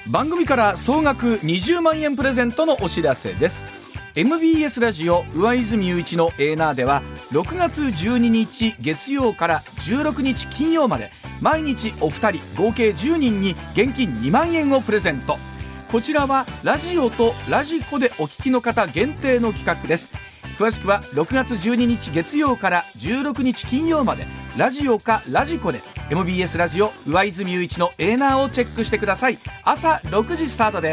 番組から総額20万円プレゼントのお知らせです。 MBS ラジオ上泉雄一のエーナーでは6月12日月曜から16日金曜まで毎日お二人合計10人に現金2万円をプレゼント。こちらはラジオとラジコでお聞きの方限定の企画です。詳しくは6月12日月曜から16日金曜までラジオかラジコで MBS ラジオ上泉雄一のエーナーをチェックしてください。朝6時スタートです。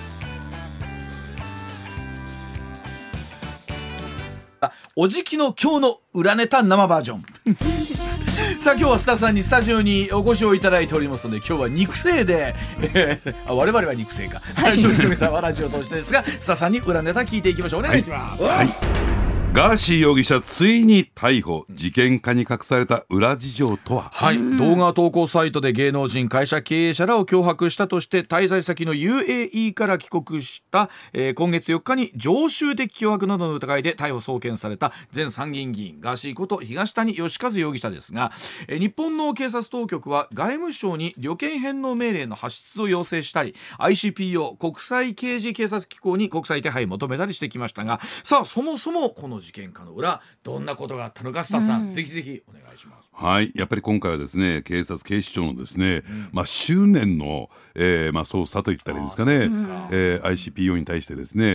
おじきの今日の裏ネタ生バージョンさあ今日はスタッフさんにスタジオにお越しをいただいておりますので、今日は肉声で、我々は肉声か正直さんはラジオを通してですが、スタッフさんに裏ネタ聞いていきましょう。お願いします。 はい、ガーシー容疑者ついに逮捕。事件化に隠された裏事情とは。 はい、動画投稿サイトで芸能人会社経営者らを脅迫したとして滞在先の UAE から帰国した、今月4日に常習的脅迫などの疑いで逮捕送検された前参議院議員ガーシーこと東谷義和容疑者ですが、日本の警察当局は外務省に旅券返納命令の発出を要請したり ICPO 国際刑事警察機構に国際手配を求めたりしてきましたが、さあそもそもこの事件化の裏どんなことがあったのか、スタッフさん、ぜひぜひお願いします。 はい、やっぱり今回はですね、警視庁のですね、執念の、捜査といったらいいんですかね、ICPO に対してですね、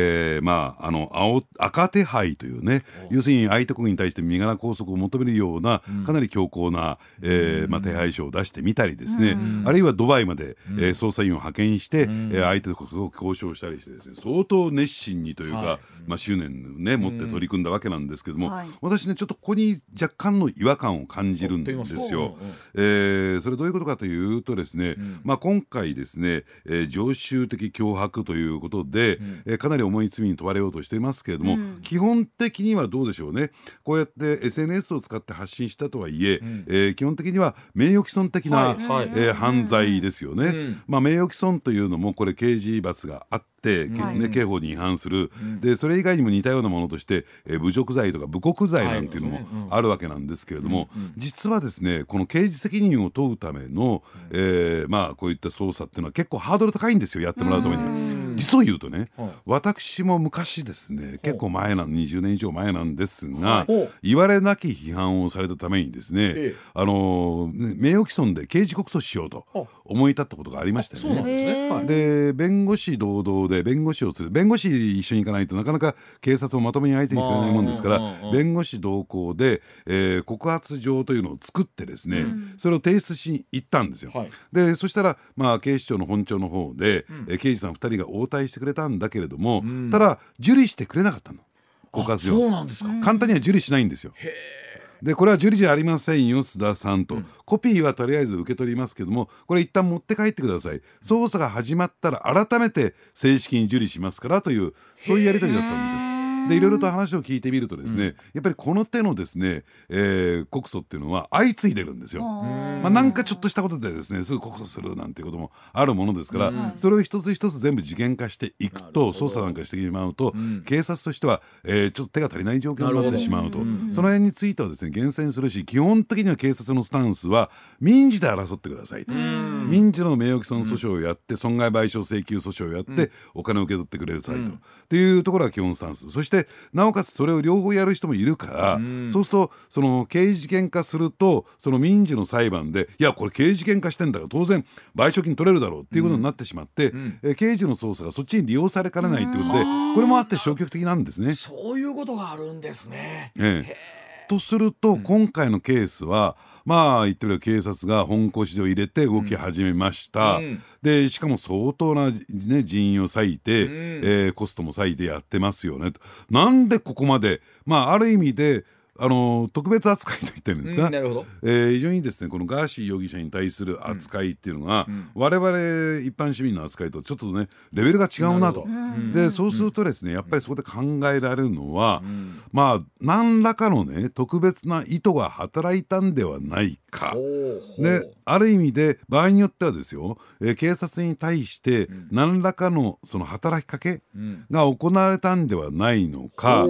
赤手配というね、要するに相手国に対して身柄拘束を求めるようなかなり強硬な、手配書を出してみたりですね、あるいはドバイまで、捜査員を派遣して、相手と交渉したりしてですね、相当熱心にというか、執念をね持って取り組んだわけなんですけども、私ねちょっとここに若干の違和感を感じるんですよ。それどういうことかというとですね、今回ですね、常習的脅迫ということで、かなり重い罪に問われようとしていますけれども、基本的にはどうでしょうね、こうやって SNS を使って発信したとはいえ、基本的には名誉毀損的な、犯罪ですよね。名誉毀損というのもこれ刑事罰があって刑法に違反する、でそれ以外にも似たようなものとして、侮辱罪とか侮告罪なんていうのもあるわけなんですけれども、実はですねこの刑事責任を問うための、こういった捜査っていうのは結構ハードル高いんですよ、やってもらうために。実を言うとね、私も昔ですね、結構前20年以上前なんですが、言われなき批判をされたためにですね、名誉毀損で刑事告訴しようと思い立ったことがありましてね。で弁護士同道で弁護士一緒に行かないとなかなか警察をまともに相手にしてくれないもんですから、弁護士同行で、告発状というのを作ってですね、それを提出しに行ったんですよ。でそしたら、警視庁の本庁の方で、刑事さん2人が応対してくれたんだけれども、ただ受理してくれなかったの、告発状。簡単には受理しないんですよ。でこれは受理じゃありませんよ須田さんと、コピーはとりあえず受け取りますけども、これ一旦持って帰ってください、捜査が始まったら改めて正式に受理しますからという、そういうやり取りだったんですよ。でいろいろと話を聞いてみるとですね、やっぱりこの手のですね、告訴っていうのは相次いでるんですよ。なんかちょっとしたことでですねすぐ告訴するなんていうこともあるものですから、それを一つ一つ全部事件化していくと、捜査なんかしてしまうと、警察としては、ちょっと手が足りない状況になってしまうと、その辺についてはですね厳選するし、基本的には警察のスタンスは民事で争ってくださいと、民事の名誉毀損訴訟をやって、損害賠償請求訴訟をやって、お金を受け取ってくれるサイトっていうところが基本スタンス。そしてなおかつそれを両方やる人もいるから、そうするとその刑事事件化すると、その民事の裁判でいやこれ刑事事件化してんだから当然賠償金取れるだろうっていうことになってしまって、刑事の捜査がそっちに利用されかねないっていうことで、これもあって消極的なんですね。 そういうことがあるんですね。 とすると、今回のケースは言ってみれば警察が本腰を入れて動き始めました。でしかも相当な、人員を割いて、コストも割いてやってますよねと。なんでここまで、ある意味で特別扱いと言ってるんですか、 なるほど。 非常にですねこのガーシー容疑者に対する扱いっていうのが、我々一般市民の扱いとちょっとねレベルが違うなと。でそうするとですね、やっぱりそこで考えられるのは、何らかのね特別な意図が働いたんではないか。である意味で場合によってはですよ、警察に対して何らかのその働きかけが行われたんではないのか。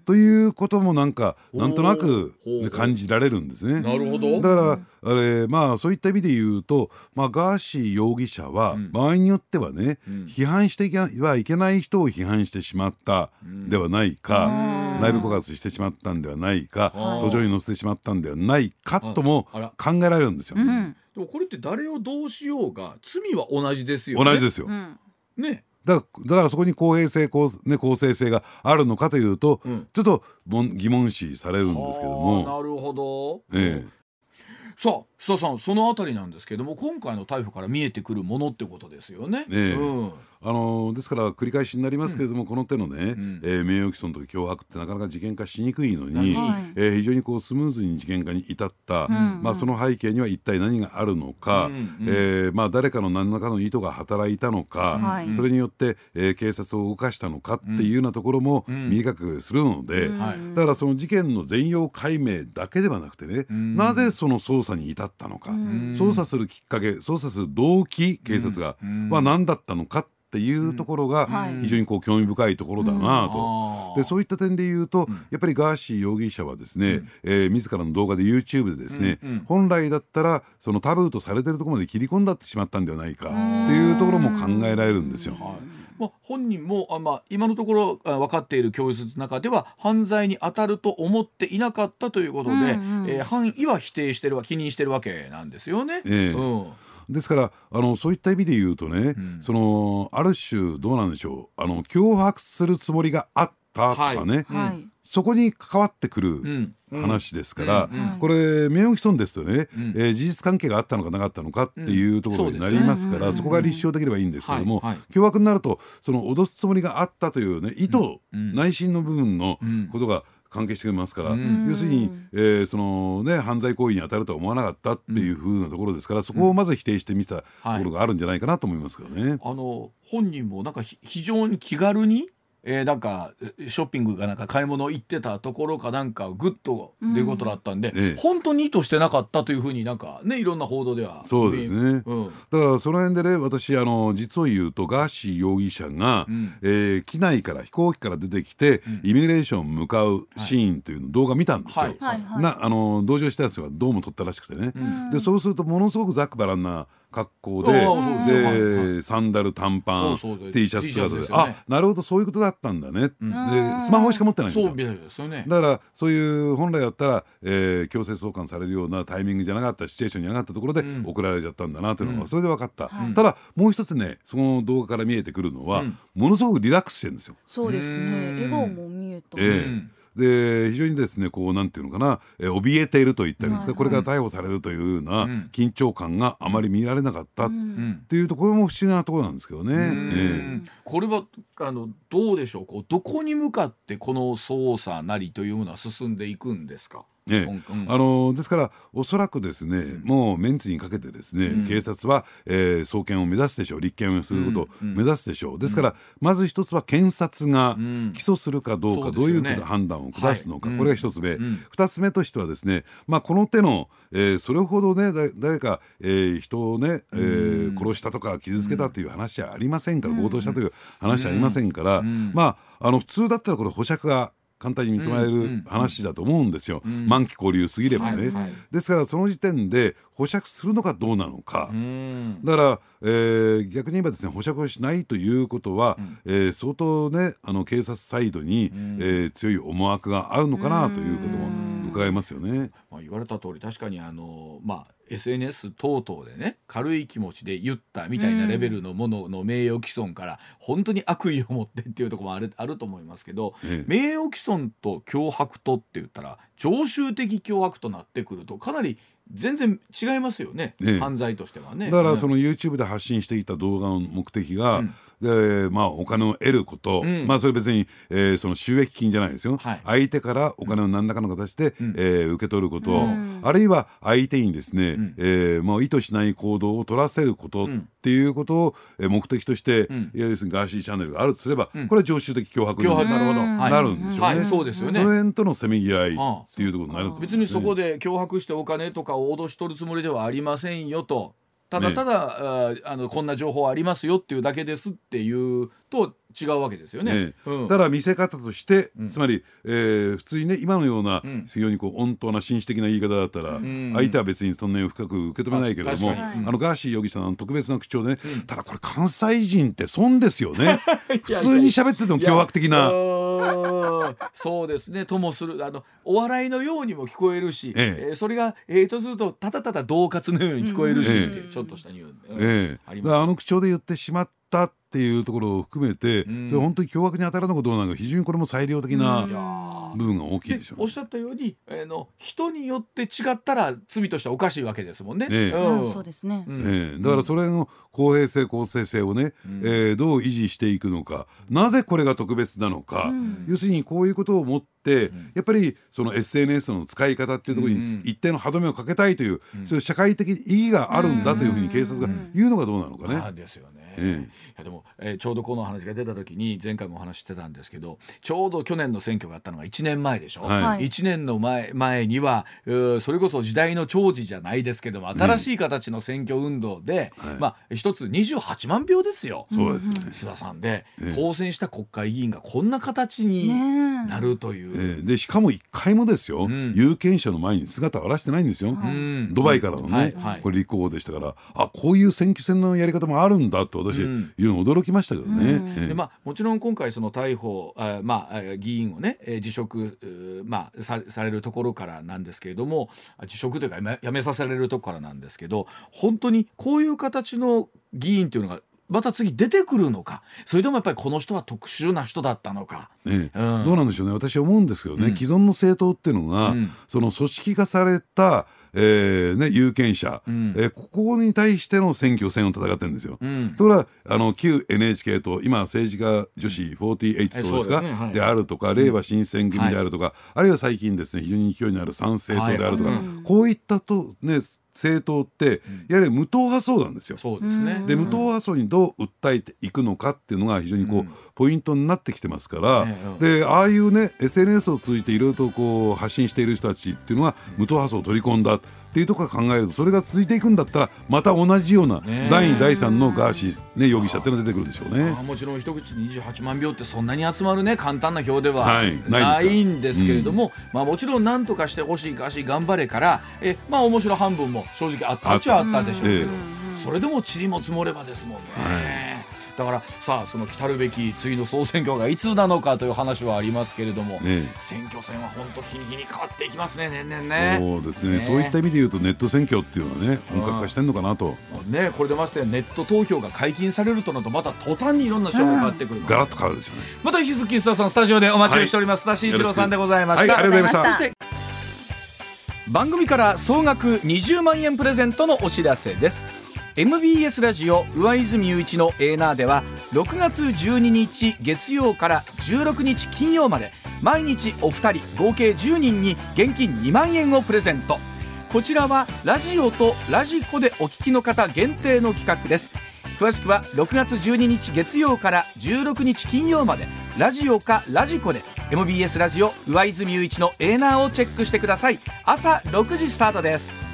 ということもなんとなく感じられるんですね。 なるほど。 だからそういった意味で言うと、ガーシー容疑者は場合によってはね、批判してはいけない人を批判してしまったではないか、内部告発してしまったんではないか、訴状に載せてしまったんではないかとも考えられるんですよ。 でもこれって誰をどうしようが罪は同じですよね。 同じですよ。 ね。 だからそこに公正性があるのかというと、ちょっと疑問視されるんですけども。 なるほど。さあ須田さん、そのあたりなんですけども、今回の逮捕から見えてくるものってことですよね。 ですから繰り返しになりますけれども、この手のね、名誉毀損とか脅迫ってなかなか事件化しにくいのに、非常にスムーズに事件化に至った、その背景には一体何があるのか、誰かの何らかの意図が働いたのか、それによって、警察を動かしたのかっていうようなところも見え隠れするので、だからその事件の全容解明だけではなくてね、なぜその捜査に至ったのか、捜査するきっかけ、捜査する動機、警察がは何だったのかっていうところが非常に興味深いところだなと。でそういった点で言うと、やっぱりガーシー容疑者はですね、自らの動画で YouTube でですね、本来だったらそのタブーとされてるところまで切り込んだってしまったんではないかっていうところも考えられるんですよ。 本人も今のところ分かっている供述の中では犯罪に当たると思っていなかったということで、犯意は否定してる否認してるわけなんですよね。 ですからそういった意味で言うとね、ある種どうなんでしょう、脅迫するつもりがあったとかね、そこに関わってくる話ですから、これ名誉毀損ですとね、事実関係があったのかなかったのかっていうところになりますから、そこが立証できればいいんですけども、脅迫になるとその脅すつもりがあったというね、意図、内心の部分のことが関係してきますから、要するに、犯罪行為に当たるとは思わなかったっていう風なところですから、そこをまず否定してみたところがあるんじゃないかなと思いますけどね。 本人も非常に気軽にショッピングか買い物行ってたところかグッとということだったんで、本当に意図してなかったというふうにいろんな報道では。 そうですね、だからその辺でね、私実を言うとガーシー容疑者が、機内から飛行機から出てきて、イミグレーション向かうシーンというの動画見たんですよ。同乗したやつがどうも撮ったらしくてね、でそうするとものすごくざっくばらんな格好でサンダル短パン T シャツ姿で、なるほどそういうことだったんだね。でスマホしか持ってないんですよ。だからそういう本来だったら強制送還されるようなタイミングじゃなかった、シチュエーションじゃなかったところで送られちゃったんだなというのがそれで分かった。ただもう一つね、その動画から見えてくるのはものすごくリラックスしてるんですよ。 そうですね、笑顔も見えた。 で非常にですねなんていうのかな、怯えていると言ったりですか、これから逮捕されるというような緊張感があまり見られなかったっていうところも不思議なところなんですけどね。 これはどうでしょう、どこに向かってこの捜査なりというものは進んでいくんですか。 ですからおそらくですね、もうメンツにかけてですね、警察は、送検を目指すでしょう、立件をすることを目指すでしょう。ですからまず一つは検察が起訴するかどうか、どういう判断を下すのか、これが一つ目。二つ目としてはですね、この手の、それほどね誰か、人をね、殺したとか傷つけたという話はありませんから、強盗したという話はありませんから、普通だったらこれ保釈が簡単に認められる話だと思うんですよ。満期勾留過ぎればね。ですからその時点で保釈するのかどうなのか。だから、逆に言えばですね、保釈をしないということは、相当ね警察サイドに、強い思惑があるのかなということも伺えますよね。 言われた通り確かにSNS 等々でね、軽い気持ちで言ったみたいなレベルのものの名誉毀損から本当に悪意を持ってっていうところもあると思いますけど、名誉毀損と脅迫とって言ったら常習的脅迫となってくるとかなり全然違いますよね、犯罪としてはね。 だからその YouTube で発信していた動画の目的が、お金を得ること、それ別に、その収益金じゃないですよ、相手からお金を何らかの形で、受け取ること、あるいは相手にですね、意図しない行動を取らせることっていうことを、目的として、要するにガーシーチャンネルがあるとすれば、これは常習的脅迫になるんでしょうね。 そうですよね。 その辺とのせめぎ合いっていうところになると思うんですね。 別にそこで脅迫してお金とかを脅し取るつもりではありませんよと、ただただ、こんな情報ありますよっていうだけですっていうと違うわけですよね。 だから見せ方として、つまり、普通にね今のような非常にこう温当な紳士的な言い方だったら、相手は別にそんなに深く受け止めないけれども、ガーシー容疑者の特別な口調でね、ただこれ関西人って損ですよね普通に喋ってても凶悪的な。 そうですね、ともするお笑いのようにも聞こえるし、それがとするとただただ恫喝のように聞こえるし、ちょっとしたニューあります。口調で言ってしまったっていうところを含めて、それ本当に凶悪に当たらぬことなんか非常にこれも裁量的な部分が大きいでしょう。 おっしゃったように人によって違ったら罪としてはおかしいわけですもんね。 そうですね。 だからそれの公平性公正性をね、どう維持していくのか、なぜこれが特別なのか、要するにこういうことをもってやっぱりその SNS の使い方っていうところに一定の歯止めをかけたいという、そういう社会的意義があるんだというふうに警察が言うのがどうなのかね。 ですよね。いやでも、ちょうどこの話が出た時に前回もお話してたんですけど、ちょうど去年の選挙があったのが1年前でしょ。1年の前にはそれこそ時代の寵児じゃないですけども、新しい形の選挙運動で、一つ28万票ですよ。 そうですね。 須田さんで当選した国会議員がこんな形になるという、 でしかも1回もですよ、有権者の前に姿を現してないんですよ。ドバイからのね、これ立候補でしたから、こういう選挙戦のやり方もあるんだと私、いうの驚きましたけどね。 でもちろん今回その逮捕議員をね辞職されるところからなんですけれども、辞職というか辞めさせられるところからなんですけど、本当にこういう形の議員というのがまた次出てくるのか、それともやっぱりこの人は特殊な人だったのか、 どうなんでしょうね。私思うんですけどね、既存の政党っていうのが、その組織化された有権者、ここに対しての選挙戦を戦ってるんですよ。ところが旧 NHK と今政治家女子48党ですか、であるとか、令和新選組であるとか、あるいは最近ですね非常に勢いのある参政党であるとか、こういったとね政党ってやはり無党派層なんですよ。 そうですね。 で無党派層にどう訴えていくのかっていうのが非常にこう、ポイントになってきてますから、でああいうね SNS を通じていろいろとこう発信している人たちっていうのは無党派層を取り込んだっていうところから考えると、それが続いていくんだったらまた同じような第2第3のガーシー、容疑者っていうのが出てくるでしょうね。 もちろん一口に28万票ってそんなに集まるね簡単な票ではないんですけれども、もちろん何とかしてほしいガーシー頑張れから面白半分も正直あったっちゃあったでしょうけど、それでも塵も積もればですもんね。だからさあ、その来たるべき次の総選挙がいつなのかという話はありますけれども、選挙戦は本当日に日に変わっていきますね、年々ね。 そうですね、そういった意味でいうとネット選挙っていうのはね本格化してんのかなと、 これでましてネット投票が解禁されるとなるとまた途端にいろんな手法が変わってくる、 ガラッと変わるですよね。 また引き続き須田さんスタジオでお待ちしております。須田慎一郎さんでございました。 ありがとうございました。 そして番組から総額20万円プレゼントのお知らせです。MBS ラジオ上泉雄一のエーナーでは6月12日月曜から16日金曜まで毎日お二人合計10人に現金2万円をプレゼント。こちらはラジオとラジコでお聞きの方限定の企画です。詳しくは6月12日月曜から16日金曜までラジオかラジコで MBS ラジオ上泉雄一のエーナーをチェックしてください。朝6時スタートです。